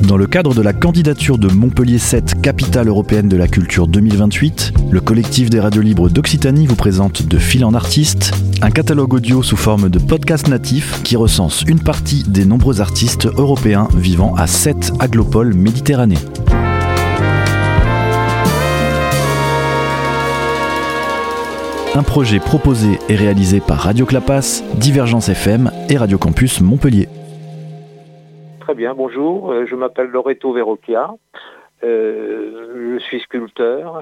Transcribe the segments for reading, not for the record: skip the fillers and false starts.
Dans le cadre de la candidature de Montpellier 7, capitale européenne de la culture 2028, le collectif des radios libres d'Occitanie vous présente De fil en artiste, un catalogue audio sous forme de podcast natif qui recense une partie des nombreux artistes européens vivant à 7 aglopoles méditerranéens. Un projet proposé et réalisé par Radio Clapas, Divergence FM et Radio Campus Montpellier. Très bien, bonjour, je m'appelle Loreto Verrocchia, je suis sculpteur.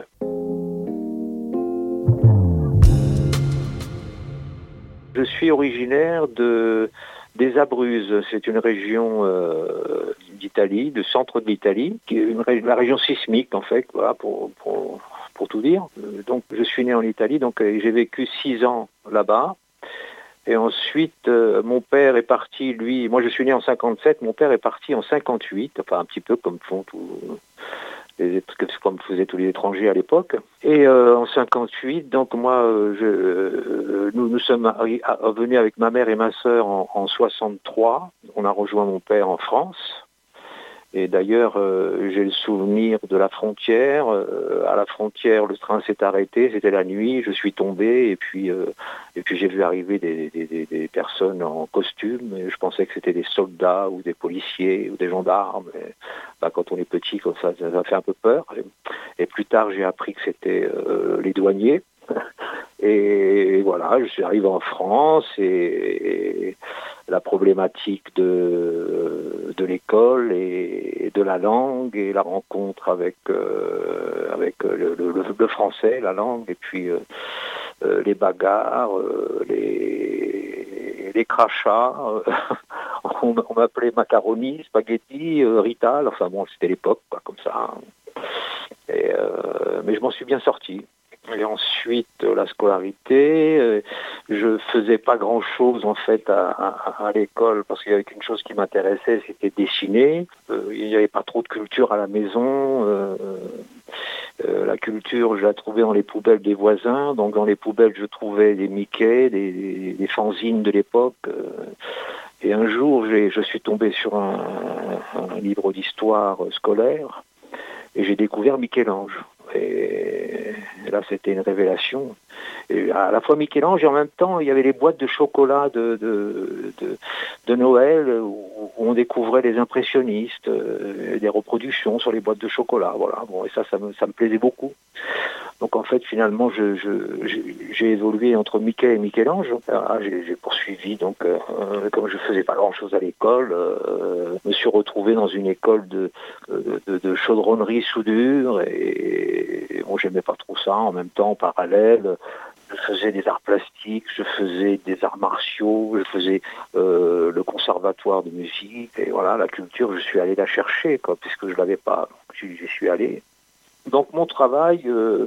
Je suis originaire des Abruzzes, c'est une région d'Italie, du centre de l'Italie, qui est la région sismique en fait, voilà, pour tout dire. Donc je suis né en Italie, donc j'ai vécu 6 ans là-bas. Et ensuite, mon père est parti, lui, moi je suis né en 57, mon père est parti en 58, enfin un petit peu comme comme faisaient tous les étrangers à l'époque. Et en 58, donc moi, nous sommes venus avec ma mère et ma sœur en 63. On a rejoint mon père en France. Et d'ailleurs, j'ai le souvenir de la frontière. À la frontière, le train s'est arrêté, c'était la nuit, je suis tombé, et puis j'ai vu arriver des personnes en costume. Et je pensais que c'était des soldats ou des policiers ou des gendarmes. Et, quand on est petit, comme ça fait un peu peur. Et plus tard, j'ai appris que c'était les douaniers. Et voilà, je suis arrivé en France et la problématique de l'école et de la langue et la rencontre avec le français, la langue, et puis les bagarres, les crachats. On m'appelait macaroni, spaghetti, Rital, enfin bon, c'était l'époque, quoi, comme ça. Mais je m'en suis bien sorti. Et ensuite, la scolarité, je faisais pas grand-chose en fait à l'école parce qu'il y avait qu'une chose qui m'intéressait, c'était dessiner. Il n'y avait pas trop de culture à la maison. La culture, je la trouvais dans les poubelles des voisins. Donc dans les poubelles, je trouvais des Mickey, des fanzines de l'époque. Et un jour, je suis tombé sur un livre d'histoire scolaire et j'ai découvert Michel-Ange. Et là, c'était une révélation. Et à la fois Michel-Ange et en même temps, il y avait les boîtes de chocolat de Noël où on découvrait les impressionnistes, des reproductions sur les boîtes de chocolat. Voilà. Bon, et ça me plaisait beaucoup. Donc en fait, finalement, j'ai évolué entre Mickey et Michel-Ange. J'ai poursuivi, donc comme je faisais pas grand-chose à l'école, me suis retrouvé dans une école de chaudronnerie soudure et bon, j'aimais pas trop ça. En même temps, en parallèle, je faisais des arts plastiques, je faisais des arts martiaux, je faisais le conservatoire de musique. Et voilà, la culture, je suis allé la chercher, quoi, puisque je l'avais pas. J'y suis allé. Donc mon travail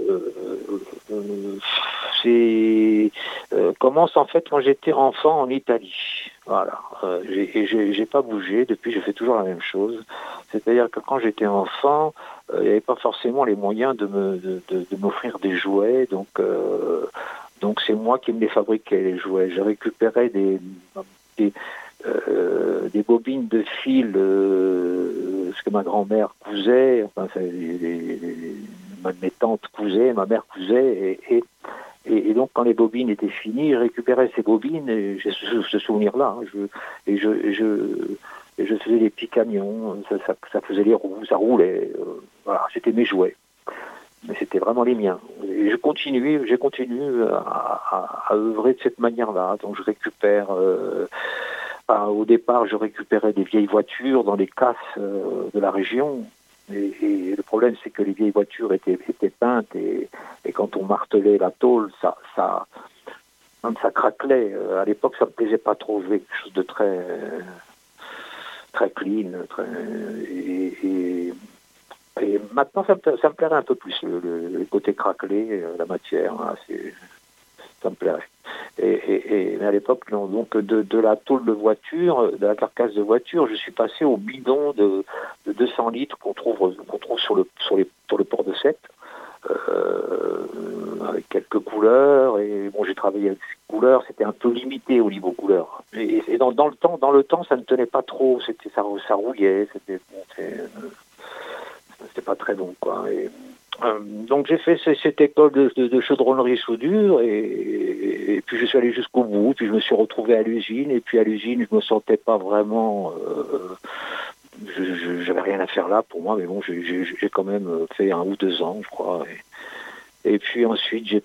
commence en fait quand j'étais enfant en Italie. Voilà, j'ai pas bougé depuis, je fais toujours la même chose. C'est-à-dire que quand j'étais enfant, il n'y avait pas forcément les moyens de m'offrir des jouets, donc c'est moi qui me les fabriquais, les jouets. Je récupérais des bobines de fil, ce que ma grand-mère cousait, enfin mes tantes cousaient, ma mère cousait, et donc quand les bobines étaient finies, je récupérais ces bobines, et j'ai ce souvenir-là, je faisais des petits camions, ça faisait les roues, ça roulait, voilà, c'était mes jouets. Mais c'était vraiment les miens. Et j'ai continué à œuvrer de cette manière-là. Donc je récupère... au départ, je récupérais des vieilles voitures dans les casses de la région. Et le problème, c'est que les vieilles voitures étaient peintes et quand on martelait la tôle, ça craquelait. À l'époque, ça me plaisait pas trop. Je voulais quelque chose de très clean. Et maintenant, ça me plairait un peu plus, le côté craquelé, la matière. Hein, ça me plairait. Mais à l'époque, non. Donc de la tôle de voiture, de la carcasse de voiture, je suis passé au bidon de 200 litres qu'on trouve sur le port de Sète. avec quelques couleurs, et bon, j'ai travaillé avec ces couleurs, c'était un peu limité au niveau couleurs. Et dans le temps, ça ne tenait pas trop, ça rouillait, c'était pas très bon, quoi. Donc j'ai fait cette école de chaudronnerie soudure, et puis je suis allé jusqu'au bout, puis je me suis retrouvé à l'usine, et puis à l'usine, je me sentais pas vraiment... j'avais rien à faire là pour moi, mais bon, j'ai quand même fait 1 ou 2 ans, je crois. Et puis ensuite, j'ai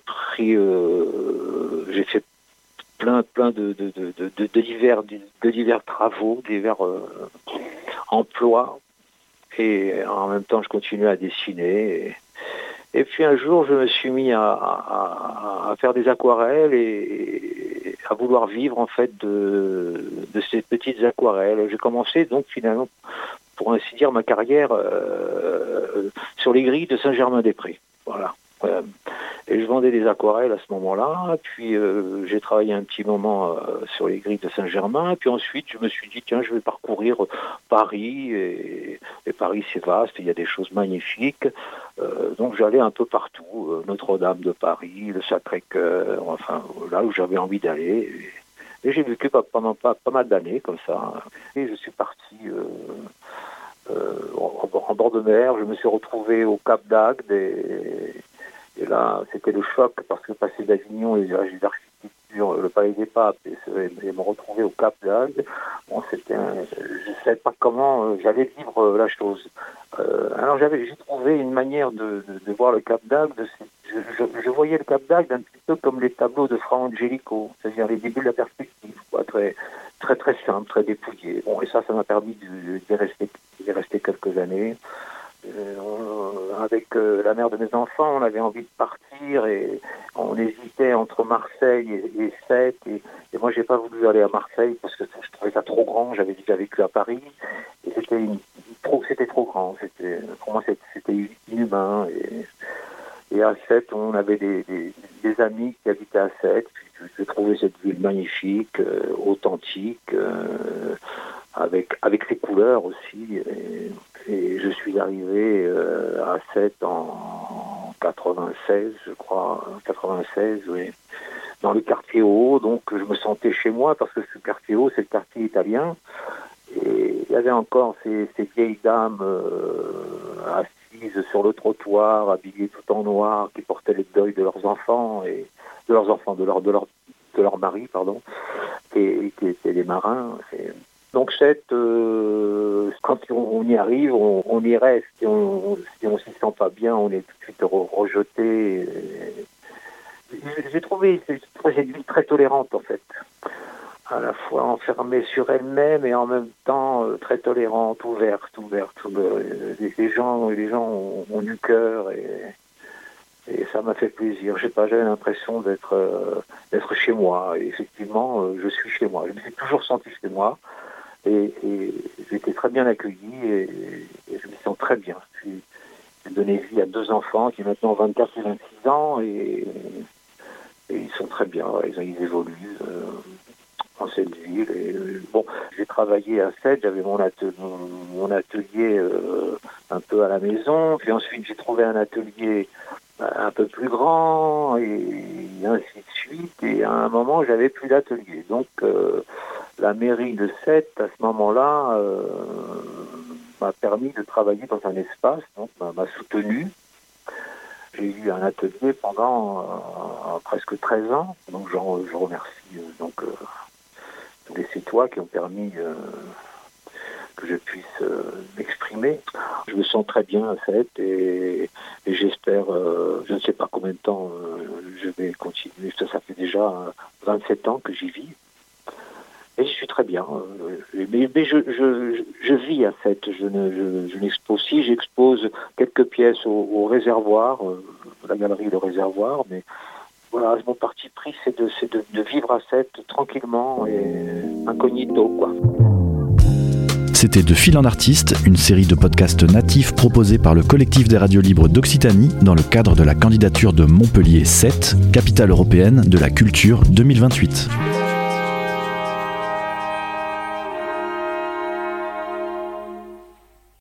fait plein de divers travaux, divers emplois, et en même temps, je continuais à dessiner. Et puis un jour, je me suis mis à faire des aquarelles et à vouloir vivre en fait de ces petites aquarelles. J'ai commencé donc finalement, pour ainsi dire, ma carrière sur les grilles de Saint-Germain-des-Prés. Voilà. Et je vendais des aquarelles à ce moment-là. Puis j'ai travaillé un petit moment sur les grilles de Saint-Germain. Puis ensuite, je me suis dit, tiens, je vais parcourir Paris. Et Paris, c'est vaste, il y a des choses magnifiques. Donc j'allais un peu partout, Notre-Dame de Paris, le Sacré-Cœur, enfin là où j'avais envie d'aller. Et j'ai vécu pendant pas mal d'années comme ça. Et je suis parti en bord de mer. Je me suis retrouvé au Cap d'Agde et là c'était le choc parce que passer d'Avignon et d'architecture, le Palais des Papes et me retrouver au Cap d'Agde, bon, je ne savais pas comment j'allais vivre la chose. Alors j'ai trouvé une manière de voir le Cap d'Agde. Je voyais le Cap d'Agde un petit peu comme les tableaux de Fra Angelico, c'est-à-dire les débuts de la perspective, quoi, très très très simple, très dépouillé. Bon, et ça m'a permis d'y rester quelques années. Avec la mère de mes enfants, on avait envie de partir et on hésitait entre Marseille et Sète. Et moi, j'ai pas voulu aller à Marseille parce que je trouvais ça trop grand. J'avais déjà vécu à Paris et c'était trop grand. Pour moi, c'était inhumain. Et à Sète, on avait des amis qui habitaient à Sète. Puis j'ai trouvé cette ville magnifique, authentique, avec ses couleurs aussi. Et je suis arrivé à Sète en 96, je crois, 96, oui, dans le quartier haut. Donc je me sentais chez moi parce que ce quartier haut, c'est le quartier italien. Et il y avait encore ces vieilles dames assises sur le trottoir, habillées tout en noir, qui portaient les deuils de leurs enfants de leur mari, pardon, et qui étaient des marins. Donc quand on y arrive, on y reste. Si on s'y sent pas bien, on est tout de suite rejeté. J'ai trouvé cette ville très tolérante en fait, à la fois enfermée sur elle-même et en même temps très tolérante, ouverte. Les gens ont du cœur et ça m'a fait plaisir. Je sais pas, j'avais l'impression d'être chez moi. Et effectivement, je suis chez moi. Je me suis toujours senti chez moi. Et j'ai été très bien accueilli et je me sens très bien. J'ai donné vie à 2 enfants qui ont maintenant 24 et 26 ans et ils sont très bien. Ils évoluent dans cette ville. Et, bon, j'ai travaillé à Sète, j'avais mon atelier un peu à la maison. Puis ensuite, j'ai trouvé un atelier un peu plus grand et ainsi de suite. Et à un moment, j'avais plus d'atelier. Donc, la mairie de Sète, à ce moment-là, m'a permis de travailler dans un espace, donc m'a soutenu. J'ai eu un atelier pendant presque 13 ans, donc je remercie tous les Sétois qui ont permis que je puisse m'exprimer. Je me sens très bien à Sète et j'espère, je ne sais pas combien de temps je vais continuer. Ça fait déjà 27 ans que j'y vis. Et je suis très bien. Mais je vis à Sète. Je n'expose. Si, j'expose quelques pièces au réservoir, la galerie Le Réservoir. Mais voilà, mon parti pris, c'est de vivre à Sète tranquillement et incognito, quoi. C'était De Fil en Artiste, une série de podcasts natifs proposés par le collectif des radios libres d'Occitanie dans le cadre de la candidature de Montpellier 7, capitale européenne de la culture 2028.